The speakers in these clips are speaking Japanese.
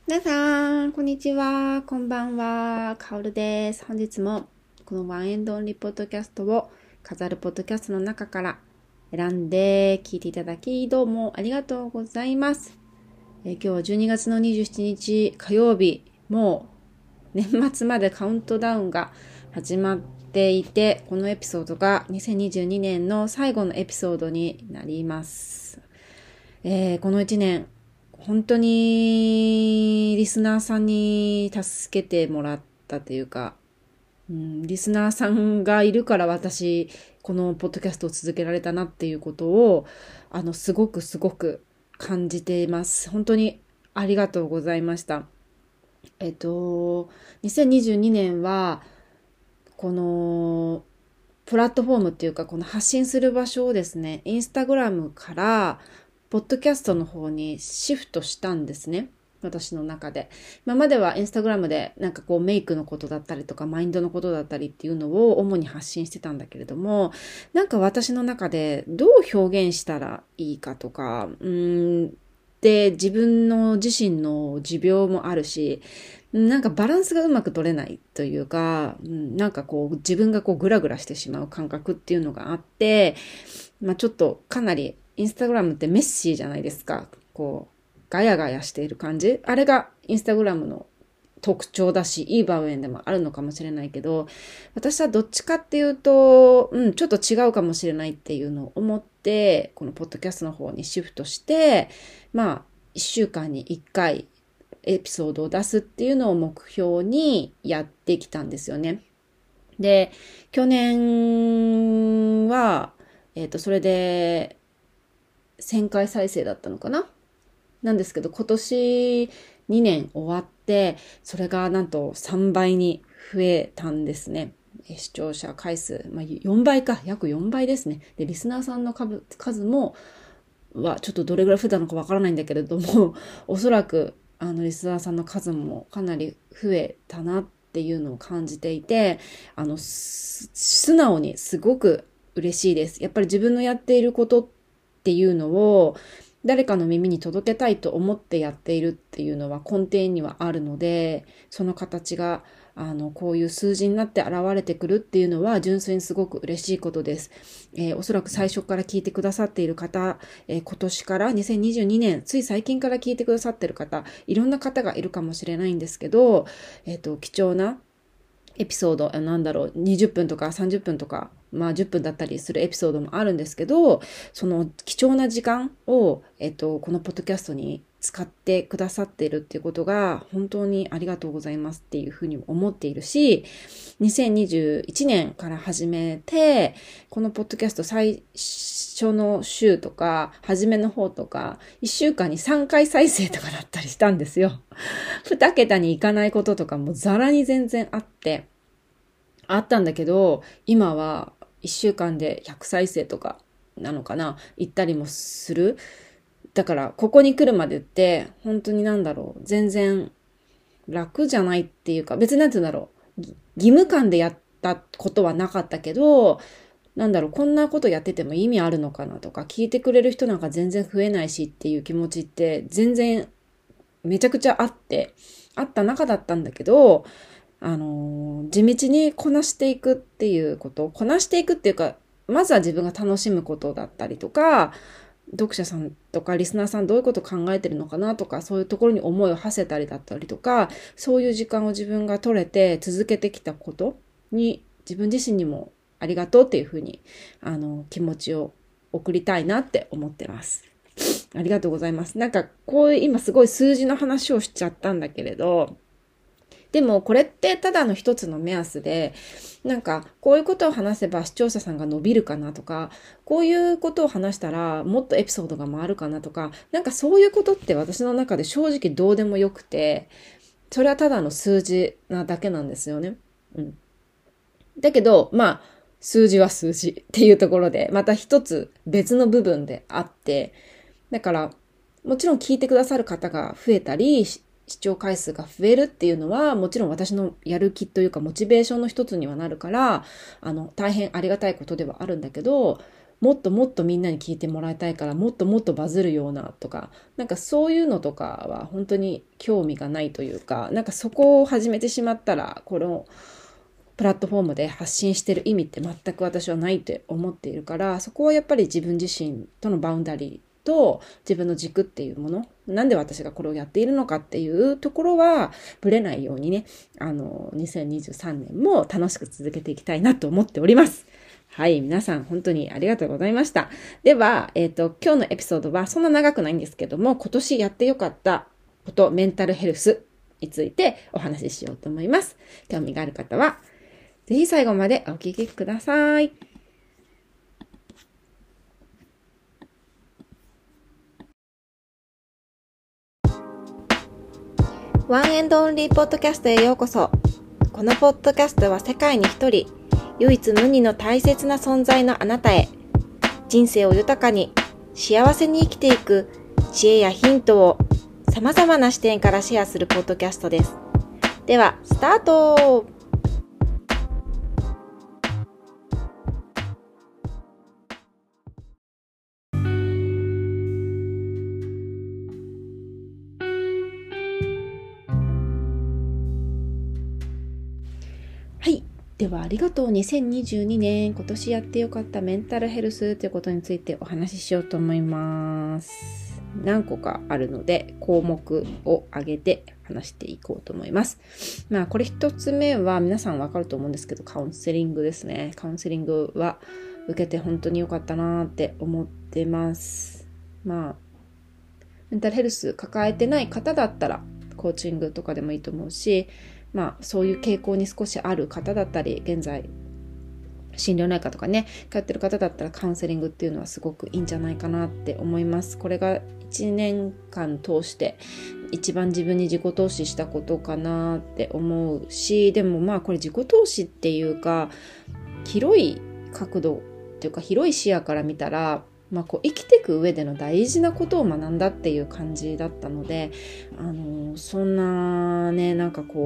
皆さん、こんにちは。こんばんは。かおるです。本日もこのワンエンドオンリーポッドキャストを飾るポッドキャストの中から選んで聞いていただき、どうもありがとうございます。今日は12月の27日火曜日、もう年末までカウントダウンが始まっていて、このエピソードが2022年の最後のエピソードになります。この1年、本当にリスナーさんに助けてもらったというか、リスナーさんがいるから私、このポッドキャストを続けられたなっていうことを、すごくすごく感じています。本当にありがとうございました。2022年は、この、プラットフォームっていうか、この発信する場所をですね、インスタグラムから、ポッドキャストの方にシフトしたんですね。私の中で。今まではインスタグラムでなんかこうメイクのことだったりとかマインドのことだったりっていうのを主に発信してたんだけれども、なんか私の中でどう表現したらいいかとか、で自分の自身の持病もあるし、なんかバランスがうまく取れないというか、なんかこう自分がこうグラグラしてしまう感覚っていうのがあって、ちょっとかなりインスタグラムってメッシーじゃないですか。こう、ガヤガヤしている感じ。あれがインスタグラムの特徴だし、いい場面でもあるのかもしれないけど、私はどっちかっていうと、ちょっと違うかもしれないっていうのを思って、このポッドキャストの方にシフトして、1週間に1回エピソードを出すっていうのを目標にやってきたんですよね。で、去年は、それで1000回再生だったのかななんですけど、今年2年終わって、それがなんと3倍に増えたんですね。視聴者回数、4倍か、約4倍ですね。で、リスナーさんの数も、ちょっとどれぐらい増えたのかわからないんだけれども、おそらく、リスナーさんの数もかなり増えたなっていうのを感じていて、素直にすごく嬉しいです。やっぱり自分のやっていることっていうのを、誰かの耳に届けたいと思ってやっているっていうのは根底にはあるので、その形がこういう数字になって現れてくるっていうのは純粋にすごく嬉しいことです。おそらく最初から聞いてくださっている方、今年から2022年、つい最近から聞いてくださっている方、いろんな方がいるかもしれないんですけど、貴重なエピソード、20分とか30分とか、10分だったりするエピソードもあるんですけど、その貴重な時間を、このポッドキャストに使ってくださっているっていうことが本当にありがとうございますっていうふうに思っているし、2021年から始めて、このポッドキャスト最初の週とか、初めの方とか、1週間に3回再生とかだったりしたんですよ。2桁に行かないこととかもザラに全然あったんだけど、今は1週間で100再生とかなのかな、行ったりもする。だから、ここに来るまでって、本当に全然楽じゃないっていうか、別に義務感でやったことはなかったけど、こんなことやってても意味あるのかなとか、聞いてくれる人なんか全然増えないしっていう気持ちって全然めちゃくちゃあった中だったんだけど、地道にこなしていくっていうこと、こなしていくっていうか、まずは自分が楽しむことだったりとか、読者さんとかリスナーさんどういうことを考えてるのかなとか、そういうところに思いを馳せたりだったりとか、そういう時間を自分が取れて続けてきたことに、自分自身にもありがとうっていうふうに、気持ちを送りたいなって思ってます。ありがとうございます。こういう今すごい数字の話をしちゃったんだけれど、でもこれってただの一つの目安で、こういうことを話せば視聴者さんが伸びるかなとか、こういうことを話したらもっとエピソードが回るかなとか、そういうことって私の中で正直どうでもよくて、それはただの数字なだけなんですよね。だけど、数字は数字っていうところで、また一つ別の部分であって、だから、もちろん聞いてくださる方が増えたり、視聴回数が増えるっていうのは、もちろん私のやる気というか、モチベーションの一つにはなるから、大変ありがたいことではあるんだけど、 もっともっとみんなに聞いてもらいたいからもっともっとバズるようなとか、なんかそういうのとかは本当に興味がないというか、なんかそこを始めてしまったら、このプラットフォームで発信してる意味って全く私はないって思っているから、そこはやっぱり自分自身とのバウンダリーと自分の軸っていうもの、なんで私がこれをやっているのかっていうところはぶれないようにね、2023年も楽しく続けていきたいなと思っております。はい、皆さん本当にありがとうございました。では、今日のエピソードはそんな長くないんですけども、今年やってよかったこと、メンタルヘルスについてお話ししようと思います。興味がある方は、ぜひ最後までお聞きください。ワンエンドオンリーポッドキャストへようこそ。このポッドキャストは世界に一人、唯一無二の大切な存在のあなたへ、人生を豊かに、幸せに生きていく知恵やヒントを様々な視点からシェアするポッドキャストです。では、スタート！はい。では、ありがとう。2022年、今年やってよかったメンタルヘルスということについてお話ししようと思います。何個かあるので、項目を挙げて話していこうと思います。これ一つ目は皆さんわかると思うんですけど、カウンセリングですね。カウンセリングは受けて本当に良かったなって思ってます。メンタルヘルス抱えてない方だったら、コーチングとかでもいいと思うし、そういう傾向に少しある方だったり、現在心療内科とかね通ってる方だったらカウンセリングっていうのはすごくいいんじゃないかなって思います。これが1年間通して一番自分に自己投資したことかなって思うし、でもこれ自己投資っていうか、広い角度っていうか広い視野から見たら、生きていく上での大事なことを学んだっていう感じだったので、そんなね、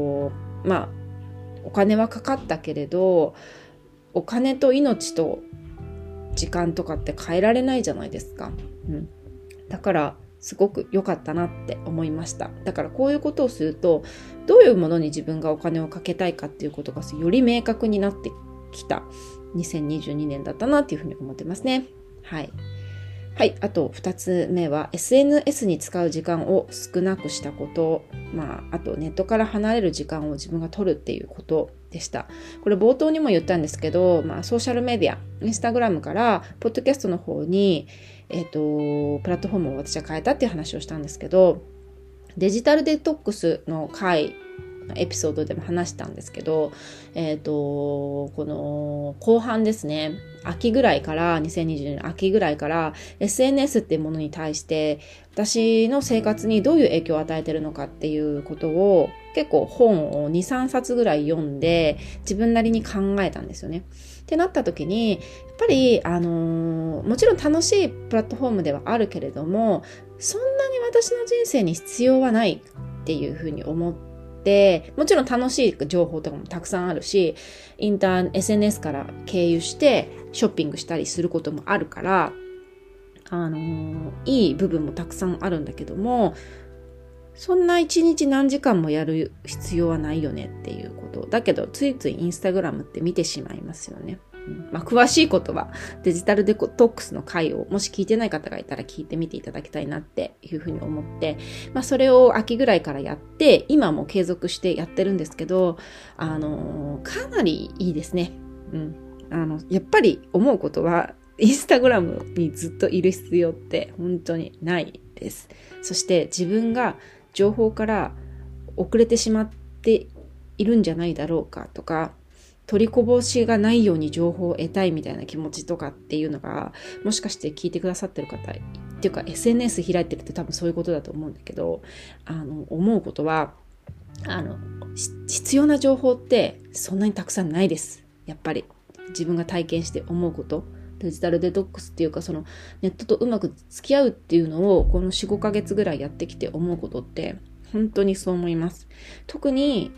お金はかかったけれど、お金と命と時間とかって変えられないじゃないですか。だからすごく良かったなって思いました。だからこういうことをすると、どういうものに自分がお金をかけたいかっていうことがより明確になってきた2022年だったなっていうふうに思ってますね。はい。あと2つ目は SNS に使う時間を少なくしたこと。あとネットから離れる時間を自分が取るっていうことでした。これ冒頭にも言ったんですけど、ソーシャルメディア、インスタグラムからポッドキャストの方に、プラットフォームを私は変えたっていう話をしたんですけど、デジタルデトックスの回、エピソードでも話したんですけど、この後半ですね、秋ぐらいから、2020年秋ぐらいから SNS っていうものに対して私の生活にどういう影響を与えてるのかっていうことを結構本を2、3冊ぐらい読んで自分なりに考えたんですよね。ってなった時に、やっぱり、もちろん楽しいプラットフォームではあるけれども、そんなに私の人生に必要はないっていうふうに思って、もちろん楽しい情報とかもたくさんあるし、SNS から経由してショッピングしたりすることもあるから、いい部分もたくさんあるんだけども、そんな一日何時間もやる必要はないよねっていうこと。だけど、ついついインスタグラムって見てしまいますよね。詳しいことはデジタルデトックスの回をもし聞いてない方がいたら聞いてみていただきたいなっていうふうに思って、それを秋ぐらいからやって今も継続してやってるんですけど、かなりいいですね。やっぱり思うことはインスタグラムにずっといる必要って本当にないです。そして自分が情報から遅れてしまっているんじゃないだろうかとか、取りこぼしがないように情報を得たいみたいな気持ちとかっていうのが、もしかして聞いてくださってる方っていうか SNS 開いてるって多分そういうことだと思うんだけど、思うことは必要な情報ってそんなにたくさんないです。やっぱり自分が体験して思うこと、デジタルデトックスっていうか、そのネットとうまく付き合うっていうのをこの 4,5 ヶ月ぐらいやってきて思うことって本当にそう思います。特に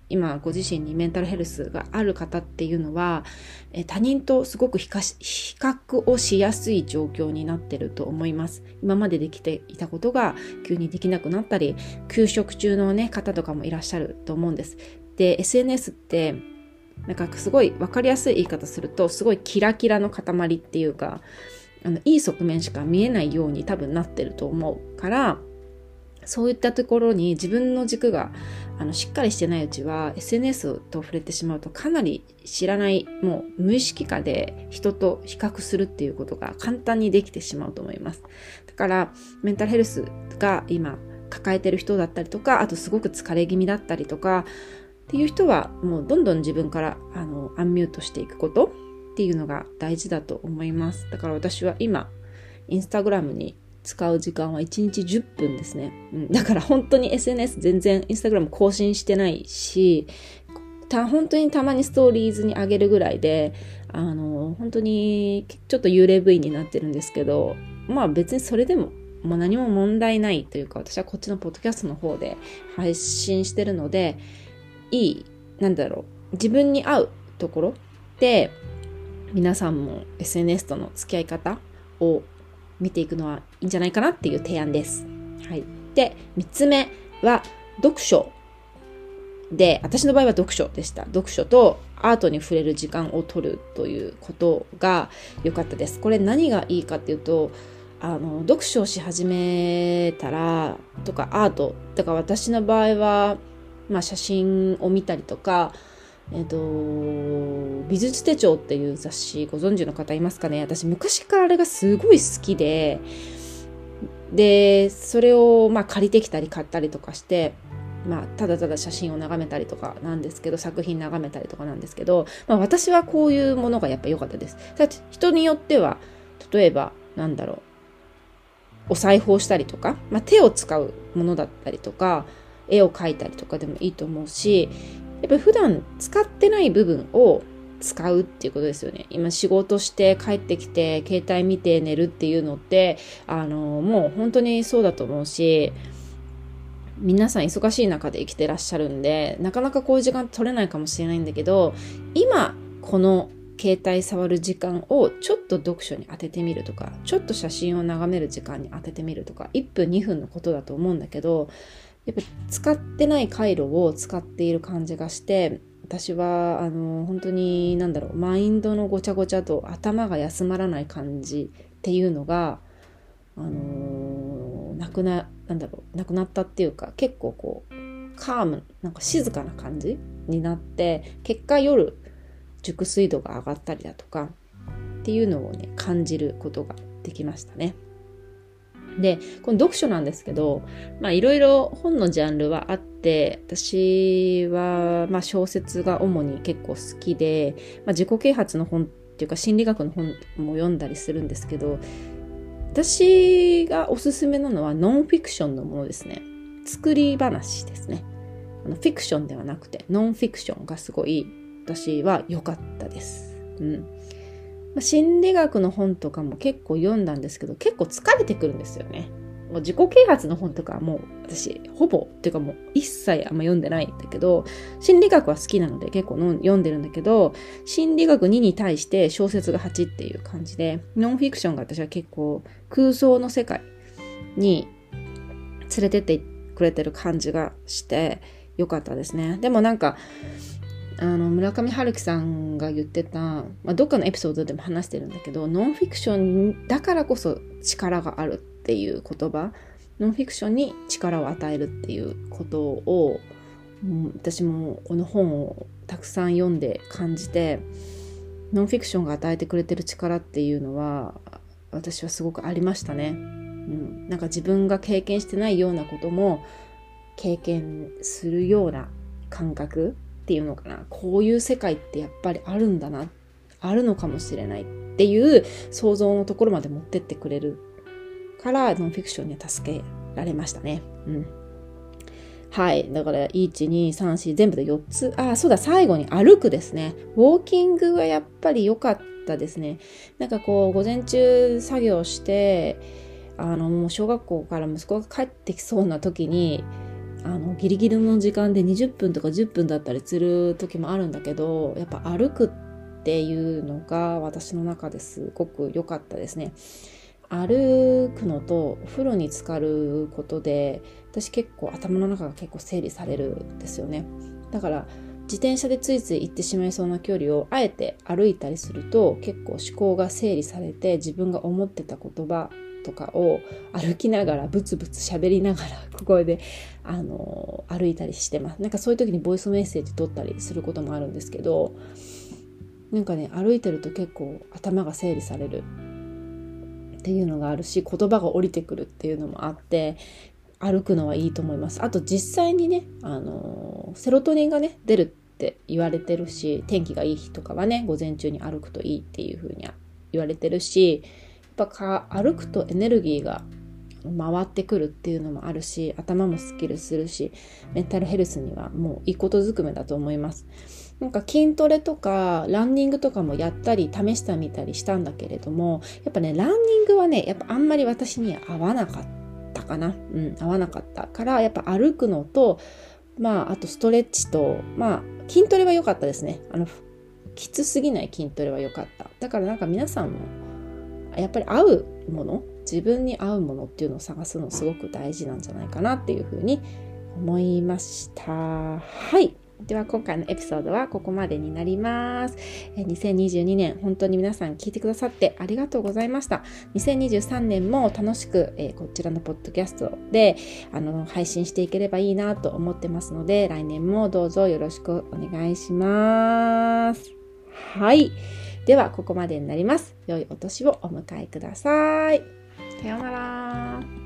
今ご自身にメンタルヘルスがある方っていうのは、他人とすごく比較をしやすい状況になってると思います。今までできていたことが急にできなくなったり、休職中のね、方とかもいらっしゃると思うんです。で、SNS って、なんかすごい分かりやすい言い方すると、すごいキラキラの塊っていうか、いい側面しか見えないように多分なってると思うから、そういったところに自分の軸がしっかりしてないうちは SNS と触れてしまうと、かなり知らない、もう無意識化で人と比較するっていうことが簡単にできてしまうと思います。だからメンタルヘルスが今抱えてる人だったりとか、あとすごく疲れ気味だったりとかっていう人は、もうどんどん自分からアンミュートしていくことっていうのが大事だと思います。だから私は今インスタグラムに使う時間は1日10分ですね。だから本当に SNS 全然インスタグラム更新してないし、本当にたまにストーリーズに上げるぐらいで、本当にちょっと幽霊部員になってるんですけど、まあ別にそれでももう何も問題ないというか、私はこっちのポッドキャストの方で配信してるので、自分に合うところで、皆さんも SNS との付き合い方を見ていくのはいいんじゃないかなっていう提案です。はい。で、3つ目は読書で、私の場合は読書でした。読書とアートに触れる時間を取るということが良かったです。これ何がいいかっていうと、読書をし始めたらとかアートだから、私の場合は写真を見たりとか、美術手帳っていう雑誌ご存知の方いますかね。私昔からあれがすごい好きで、それを借りてきたり買ったりとかして、ただただ写真を眺めたりとかなんですけど、作品眺めたりとかなんですけど、私はこういうものがやっぱ良かったです。だって人によっては、例えばお裁縫したりとか、手を使うものだったりとか、絵を描いたりとかでもいいと思うし、やっぱり普段使ってない部分を使うっていうことですよね。今仕事して帰ってきて携帯見て寝るっていうのってもう本当にそうだと思うし、皆さん忙しい中で生きてらっしゃるんで、なかなかこういう時間取れないかもしれないんだけど、今この携帯触る時間をちょっと読書に当ててみるとか、ちょっと写真を眺める時間に当ててみるとか、1分2分のことだと思うんだけど、やっぱ使ってない回路を使っている感じがして、私は本当にマインドのごちゃごちゃと頭が休まらない感じっていうのがなくなったっていうか、結構こうカーム、静かな感じになって、結果夜熟睡度が上がったりだとかっていうのをね、感じることができましたね。で、この読書なんですけど、いろいろ本のジャンルはあって、私は小説が主に結構好きで、自己啓発の本っていうか心理学の本も読んだりするんですけど、私がおすすめなのはノンフィクションのものですね。作り話ですね。フィクションではなくてノンフィクションがすごい私は良かったです。心理学の本とかも結構読んだんですけど、結構疲れてくるんですよね。もう自己啓発の本とかはもう私ほぼっていうかもう一切あんま読んでないんだけど、心理学は好きなので結構読んでるんだけど、心理学2に対して小説が8っていう感じで、ノンフィクションが私は結構空想の世界に連れてってくれてる感じがしてよかったですね。でも村上春樹さんが言ってた、どっかのエピソードでも話してるんだけど、ノンフィクションだからこそ力があるっていう言葉、ノンフィクションに力を与えるっていうことを、私もこの本をたくさん読んで感じて、ノンフィクションが与えてくれてる力っていうのは私はすごくありましたね。自分が経験してないようなことも経験するような感覚っていうのかな、こういう世界ってやっぱりあるんだな、あるのかもしれないっていう想像のところまで持ってってくれるから、ノンフィクションには助けられましたね。はい。だから、1、2、3、4全部で4つ。そうだ、最後に歩くですね。ウォーキングはやっぱり良かったですね。午前中作業して、もう小学校から息子が帰ってきそうな時に、 ギリギリの時間で20分とか10分だったりする時もあるんだけど、やっぱ歩くっていうのが私の中ですごく良かったですね。歩くのとお風呂に浸かることで、私結構頭の中が結構整理されるんですよね。だから自転車でついつい行ってしまいそうな距離をあえて歩いたりすると、結構思考が整理されて、自分が思ってた言葉とかを歩きながらブツブツ喋りながらここで歩いたりしてます。なんかそういう時にボイスメッセージ取ったりすることもあるんですけど、なんかね、歩いてると結構頭が整理されるっていうのがあるし、言葉が降りてくるっていうのもあって、歩くのはいいと思います。あと実際にね、セロトニンがね出るって言われてるし、天気がいい日とかはね午前中に歩くといいっていう風に言われてるし、やっぱ歩くとエネルギーが回ってくるっていうのもあるし、頭もスッキリするし、メンタルヘルスにはもういいことずくめだと思います。なんか筋トレとかランニングとかもやったり試したみたりしたんだけれども、やっぱねランニングはねやっぱあんまり私には合わなかったかな。合わなかったから、やっぱ歩くのとあとストレッチと筋トレは良かったですね。きつすぎない筋トレは良かった。だからなんか皆さんもやっぱり合うもの、自分に合うものっていうのを探すのすごく大事なんじゃないかなっていうふうに思いました。はい。では今回のエピソードはここまでになります。2022年本当に皆さん聞いてくださってありがとうございました。2023年も楽しく、こちらのポッドキャストで配信していければいいなと思ってますので、来年もどうぞよろしくお願いします。はい。ではここまでになります。良いお年をお迎えください。さようなら。